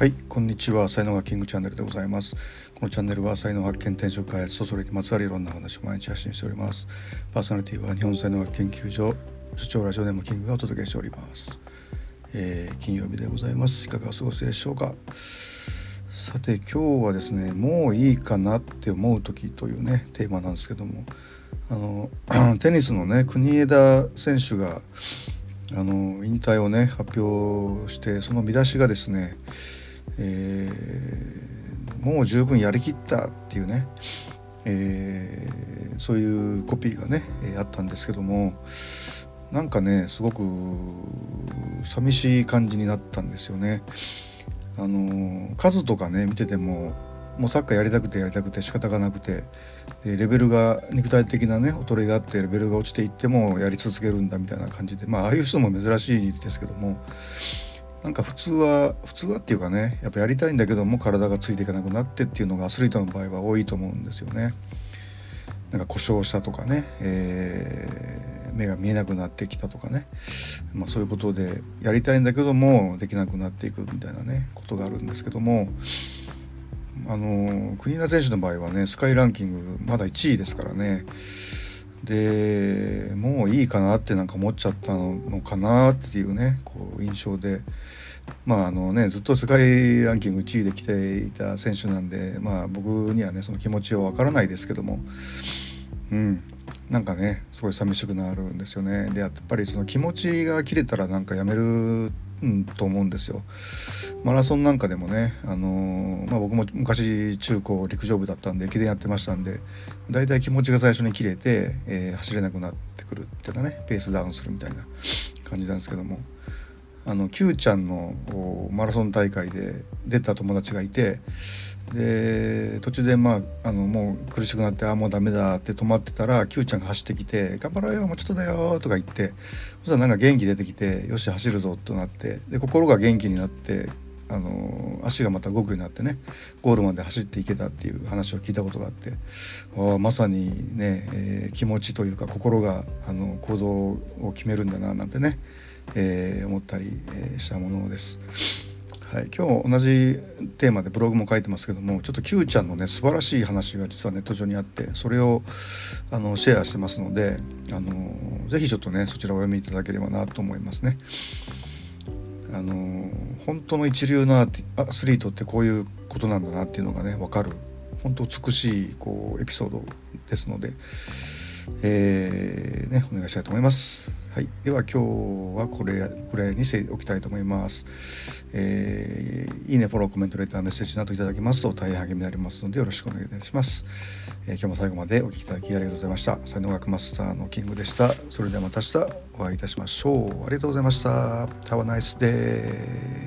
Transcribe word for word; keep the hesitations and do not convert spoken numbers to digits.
はい、こんにちは。才能がキングチャンネルでございます。このチャンネルは才能発見、転職開発とそれにまつわるいろんな話を毎日発信しております。パーソナリティは日本才能学研究所所長ラジオネームキングがお届けしております。えー、金曜日でございます。いかがお過ごしでしょうか。さて今日はですね、もういいかなって思う時というねテーマなんですけども、あのテニスのね国枝選手があの引退をね発表して、その見出しがですね、えー、もう十分やりきったっていうね、えー、そういうコピーがね、えー、あったんですけども、なんかねすごく寂しい感じになったんですよね。あの数とかね見てても、もうサッカーやりたくてやりたくて仕方がなくて、でレベルが肉体的なね衰えがあってレベルが落ちていってもやり続けるんだみたいな感じで、まあああいう人も珍しいですけども、なんか普通は普通はっていうかね、やっぱやりたいんだけども体がついていかなくなってっていうのがアスリートの場合は多いと思うんですよね。なんか故障したとかね、えー、目が見えなくなってきたとかね、まあ、そういうことでやりたいんだけどもできなくなっていくみたいなねことがあるんですけども、あの国枝選手の場合はねスカイランキングまだいちいですからね。でもういいかなってなんか思っちゃったのかなっていうねこう印象で、まああのねずっと世界ランキングいちいで来ていた選手なんで、まあ僕にはねその気持ちはわからないですけども、うんなんかねすごい寂しくなるんですよね。でやっぱりその気持ちが切れたらなんかやめるうんと思うんですよ。マラソンなんかでもね、あのーまあ、僕も昔中高陸上部だったんで駅伝やってましたんで、だいたい気持ちが最初に切れて、えー、走れなくなってくるっていうかねペースダウンするみたいな感じなんですけども、あの Q ちゃんのマラソン大会で出た友達がいて、で途中でまああのもう苦しくなってあもうダメだって止まってたら Q ちゃんが走ってきて頑張ろうよもうちょっとだよとか言って、そしたらなんか元気出てきてよし走るぞとなって、で心が元気になってあの足がまた動くようになってねゴールまで走っていけたっていう話を聞いたことがあって、あまさにね、えー、気持ちというか心があの行動を決めるんだななんてね、えー、思ったり、えー、したものです。はい、今日同じテーマでブログも書いてますけども、ちょっと Q ちゃんのね素晴らしい話が実はネット上にあって、それをあのシェアしてますので、あのぜひちょっとねそちらをお読みいただければなと思いますね。あの本当の一流のアスリートってこういうことなんだなっていうのがね分かる本当美しいこうエピソードですので、えーね、お願いしたいと思います。はい、では今日はこれぐらいにしておきたいと思います。えー、いいね、フォロー、コメント、レター、メッセージなどいただけますと大変励みになりますのでよろしくお願いいたします。えー、今日も最後までお聞きいただきありがとうございました。才能学マスターのキングでした。それではまた明日お会いいたしましょう。ありがとうございました。Have a nice day.